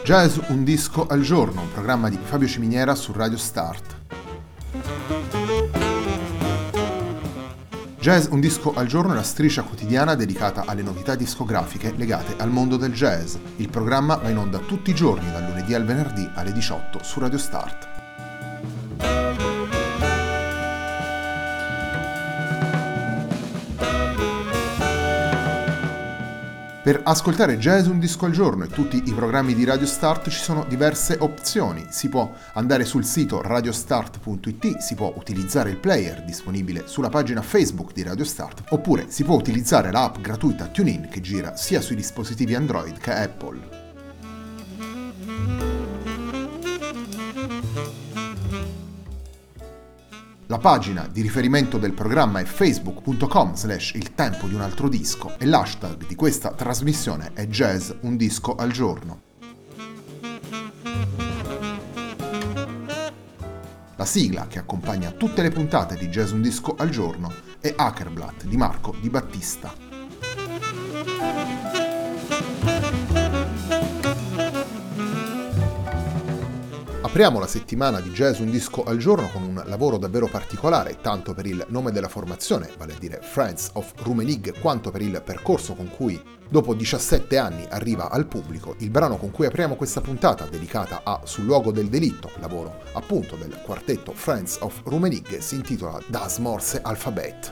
Jazz un disco al giorno, un programma di Fabio Ciminiera su Radio Start. Jazz un disco al giorno è la striscia quotidiana dedicata alle novità discografiche legate al mondo del jazz. Il programma va in onda tutti i giorni, dal lunedì al venerdì alle 18 su Radio Start. Per ascoltare Jazz un disco al giorno e tutti i programmi di Radio Start ci sono diverse opzioni. Si può andare sul sito radiostart.it, si può utilizzare il player disponibile sulla pagina Facebook di Radio Start, oppure si può utilizzare l'app gratuita TuneIn che gira sia sui dispositivi Android che Apple. La pagina di riferimento del programma è facebook.com/il tempo di un altro disco e l'hashtag di questa trasmissione è Jazz un disco al giorno. La sigla che accompagna tutte le puntate di Jazz un disco al giorno è Hackerblatt di Marco Di Battista. Apriamo la settimana di Jazz un disco al giorno con un lavoro davvero particolare, tanto per il nome della formazione, vale a dire Friends of Rummenigge, quanto per il percorso con cui dopo 17 anni arriva al pubblico. Il brano con cui apriamo questa puntata, dedicata a Sul luogo del delitto, lavoro appunto del quartetto Friends of Rummenigge, si intitola Das Morse Alphabet.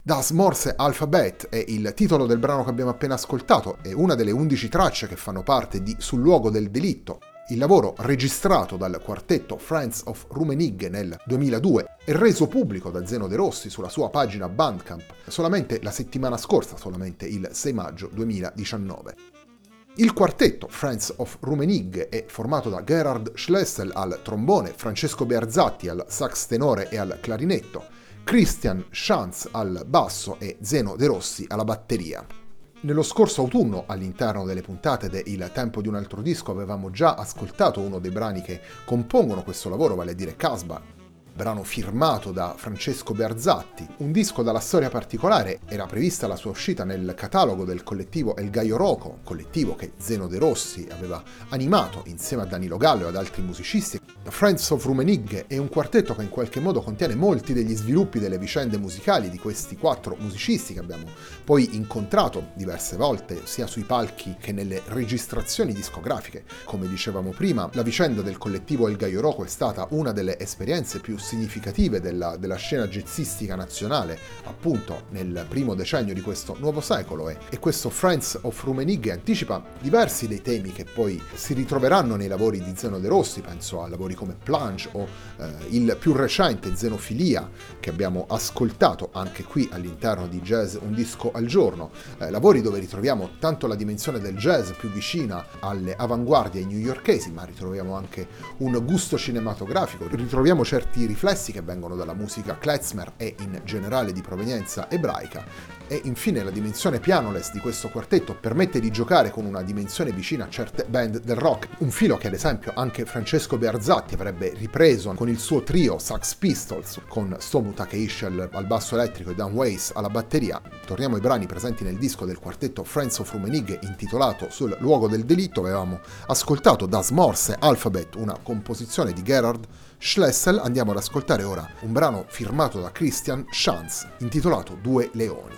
Das Morse Alphabet è il titolo del brano che abbiamo appena ascoltato, è una delle 11 tracce che fanno parte di Sul luogo del delitto, il lavoro registrato dal quartetto Friends of Rummenigge nel 2002 e reso pubblico da Zeno De Rossi sulla sua pagina Bandcamp solamente la settimana scorsa, solamente il 6 maggio 2019. Il quartetto Friends of Rummenigge è formato da Gerhard Schlessel al trombone, Francesco Bearzatti al sax tenore e al clarinetto, Christian Schanz al basso e Zeno De Rossi alla batteria. Nello scorso autunno, all'interno delle puntate de Il tempo di un altro disco, avevamo già ascoltato uno dei brani che compongono questo lavoro, vale a dire Casbah, brano firmato da Francesco Bearzatti. Un disco dalla storia particolare, era prevista la sua uscita nel catalogo del collettivo El Gallo Roco, collettivo che Zeno De Rossi aveva animato insieme a Danilo Gallo e ad altri musicisti. Friends of Rummenigge è un quartetto che in qualche modo contiene molti degli sviluppi delle vicende musicali di questi 4 musicisti che abbiamo poi incontrato diverse volte, sia sui palchi che nelle registrazioni discografiche. Come dicevamo prima, la vicenda del collettivo El Gallo Roco è stata una delle esperienze più significative della scena jazzistica nazionale, appunto nel primo decennio di questo nuovo secolo, e questo Friends of Rummenigge anticipa diversi dei temi che poi si ritroveranno nei lavori di Zeno De Rossi, penso a lavori come Plunge o il più recente Zenofilia che abbiamo ascoltato anche qui all'interno di Jazz Un disco al giorno, lavori dove ritroviamo tanto la dimensione del jazz più vicina alle avanguardie newyorkesi, ma ritroviamo anche un gusto cinematografico, ritroviamo certi riflessi che vengono dalla musica klezmer e in generale di provenienza ebraica, e infine la dimensione pianoless di questo quartetto permette di giocare con una dimensione vicina a certe band del rock, un filo che ad esempio anche Francesco Bearzatti avrebbe ripreso con il suo trio Sax Pistols, con Stomu Takeishi al basso elettrico e Dan Weiss alla batteria. Torniamo ai brani presenti nel disco del quartetto Friends of Rummenigge intitolato Sul luogo del delitto. Avevamo ascoltato Das Morse Alphabet, una composizione di Gerhard Schlessel. Andiamo ad ascoltare ora un brano firmato da Christian Schanz intitolato Due leoni.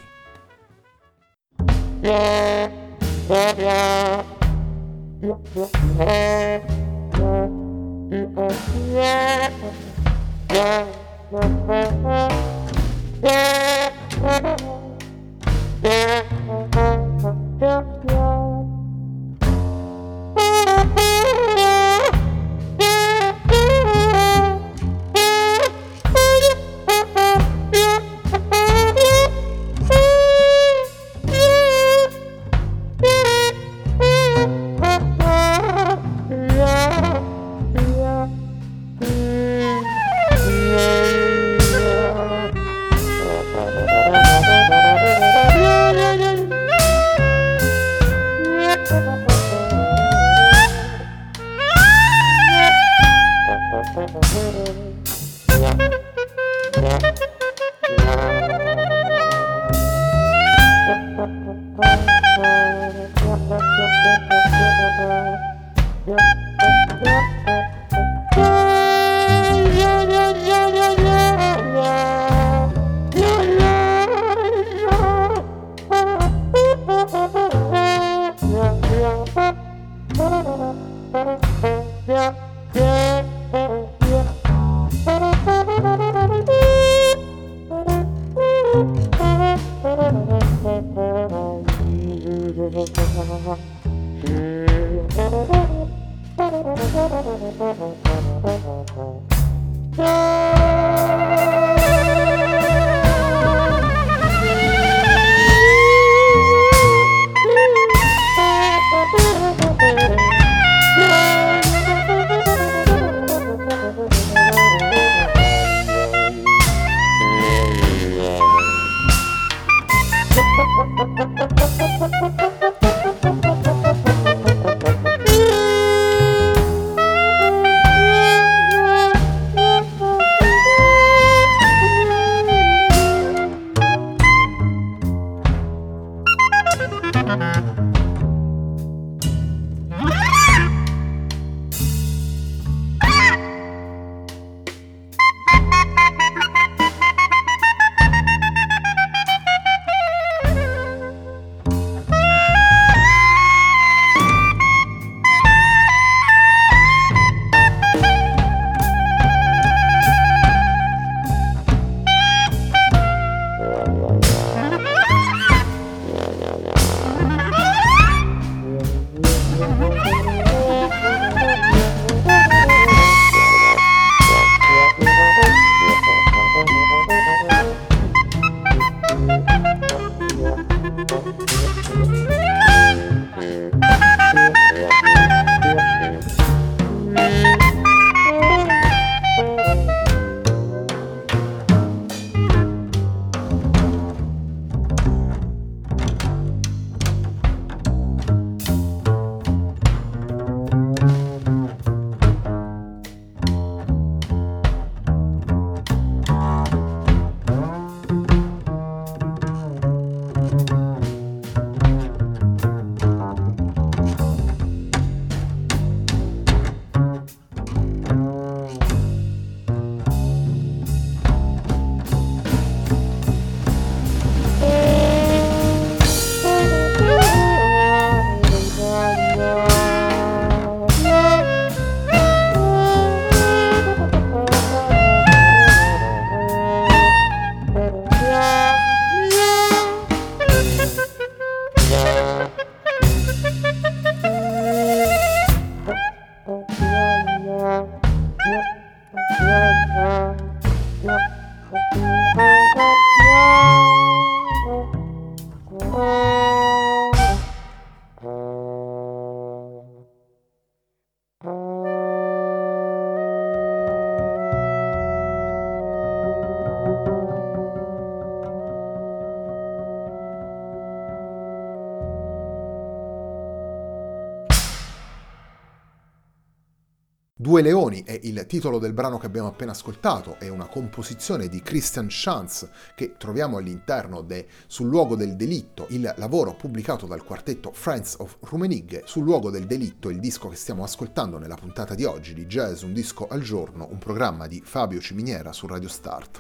Due leoni è il titolo del brano che abbiamo appena ascoltato, è una composizione di Christian Schanz che troviamo all'interno de Sul luogo del delitto, il lavoro pubblicato dal quartetto Friends of Rummenigge. Sul luogo del delitto, il disco che stiamo ascoltando nella puntata di oggi di Jazz Un disco al giorno, un programma di Fabio Ciminiera su Radio Start.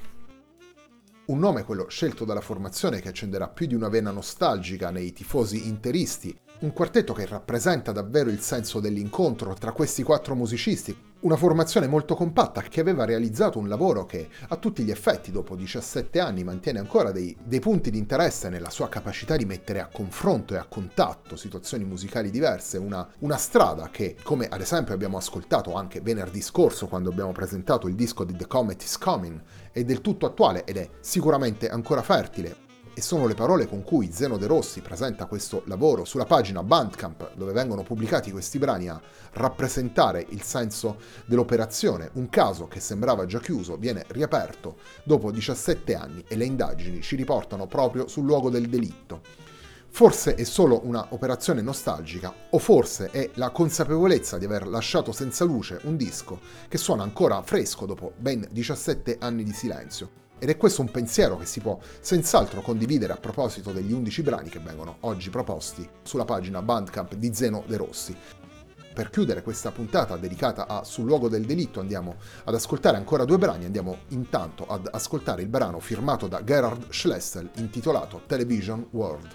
Un nome, quello scelto dalla formazione, che accenderà più di una vena nostalgica nei tifosi interisti, un quartetto che rappresenta davvero il senso dell'incontro tra questi quattro musicisti, una formazione molto compatta che aveva realizzato un lavoro che a tutti gli effetti dopo 17 anni mantiene ancora dei punti di interesse nella sua capacità di mettere a confronto e a contatto situazioni musicali diverse, una strada che, come ad esempio abbiamo ascoltato anche venerdì scorso quando abbiamo presentato il disco di The Comet is Coming, è del tutto attuale ed è sicuramente ancora fertile. E sono le parole con cui Zeno De Rossi presenta questo lavoro sulla pagina Bandcamp, dove vengono pubblicati questi brani, a rappresentare il senso dell'operazione. Un caso che sembrava già chiuso viene riaperto dopo 17 anni e le indagini ci riportano proprio sul luogo del delitto. Forse è solo una operazione nostalgica, o forse è la consapevolezza di aver lasciato senza luce un disco che suona ancora fresco dopo ben 17 anni di silenzio. Ed è questo un pensiero che si può senz'altro condividere a proposito degli 11 brani che vengono oggi proposti sulla pagina Bandcamp di Zeno De Rossi. Per chiudere questa puntata dedicata a Sul luogo del delitto andiamo ad ascoltare ancora due brani, andiamo intanto ad ascoltare il brano firmato da Gerhard Schlessel intitolato Television World.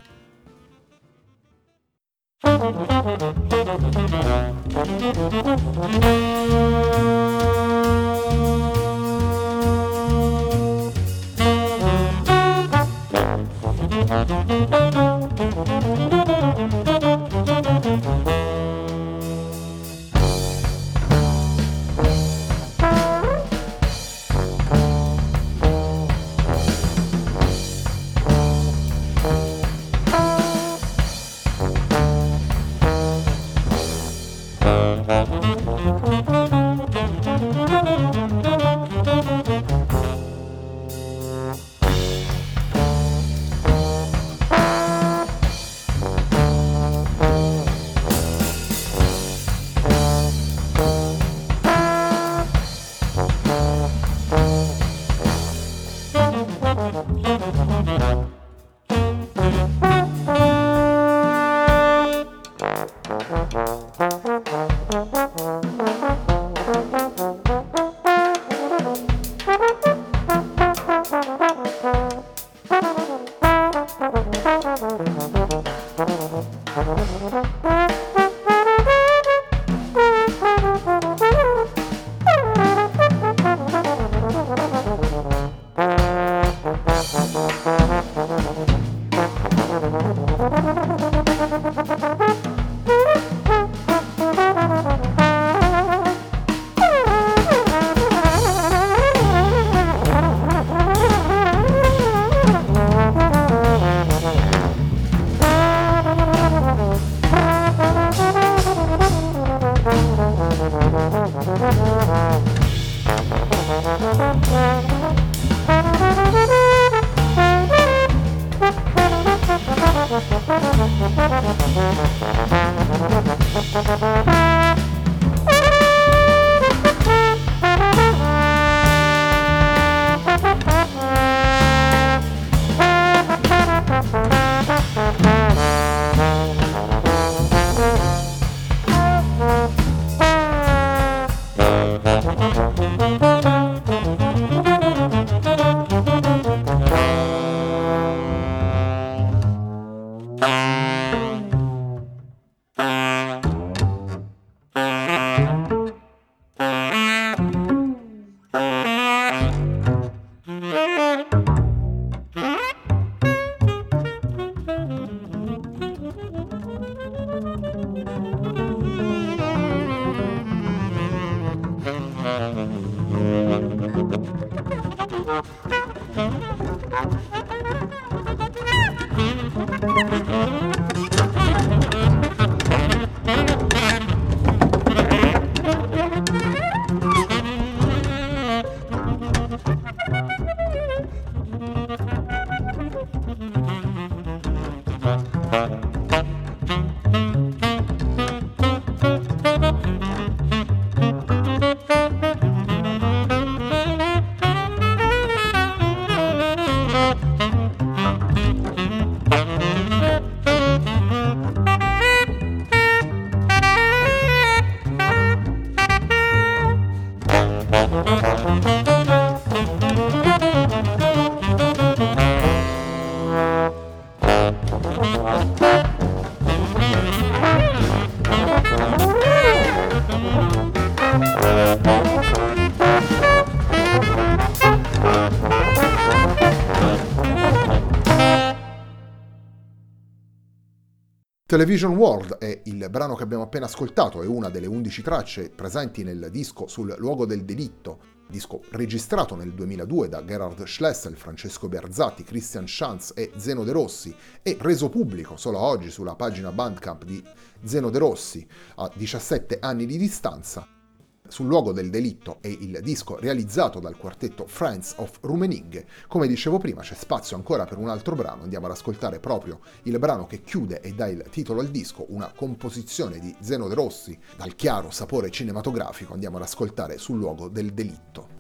Television World è il brano che abbiamo appena ascoltato, è una delle 11 tracce presenti nel disco Sul luogo del delitto, disco registrato nel 2002 da Gerhard Schlessel, Francesco Berzatti, Christian Schanz e Zeno De Rossi e reso pubblico solo oggi sulla pagina Bandcamp di Zeno De Rossi a 17 anni di distanza. Sul luogo del delitto è il disco realizzato dal quartetto Friends of Rummenigge. Come dicevo prima, c'è spazio ancora per un altro brano, andiamo ad ascoltare proprio il brano che chiude e dà il titolo al disco, una composizione di Zeno De Rossi dal chiaro sapore cinematografico, andiamo ad ascoltare Sul luogo del delitto.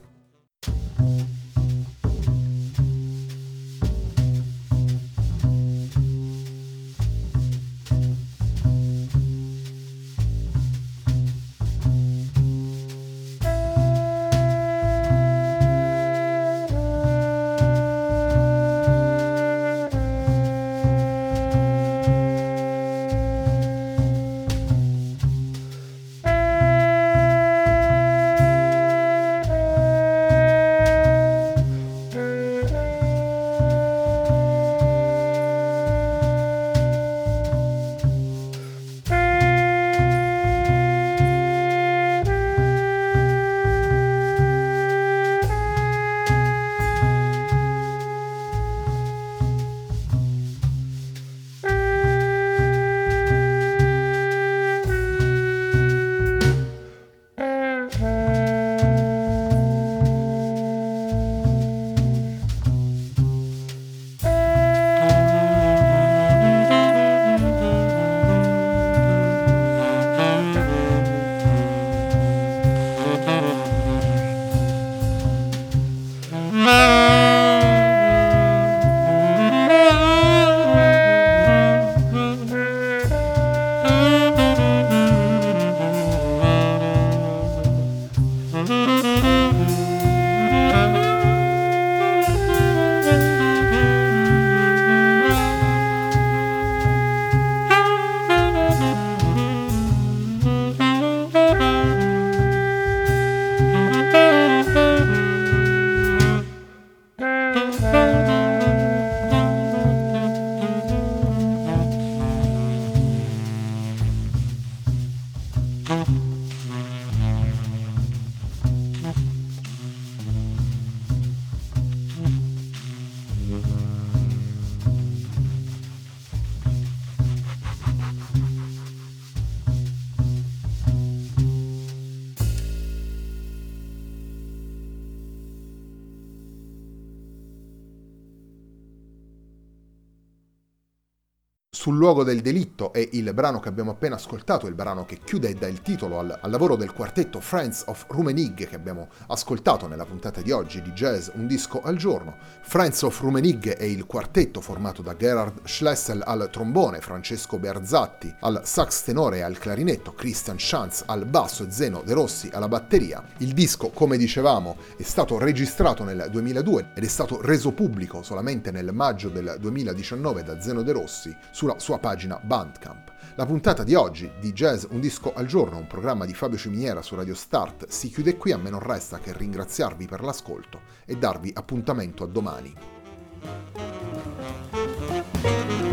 Sul luogo del delitto è il brano che abbiamo appena ascoltato, il brano che chiude e dà il titolo al lavoro del quartetto Friends of Rummenigge che abbiamo ascoltato nella puntata di oggi di Jazz Un disco al giorno. Friends of Rummenigge è il quartetto formato da Gerhard Schlessel al trombone, Francesco Berzatti al sax tenore e al clarinetto, Christian Schanz al basso e Zeno De Rossi alla batteria. Il disco, come dicevamo, è stato registrato nel 2002 ed è stato reso pubblico solamente nel maggio del 2019 da Zeno De Rossi sulla sua pagina Bandcamp. La puntata di oggi di Jazz Un disco al giorno, un programma di Fabio Ciminiera su Radio Start, si chiude qui. A me non resta che ringraziarvi per l'ascolto e darvi appuntamento a domani.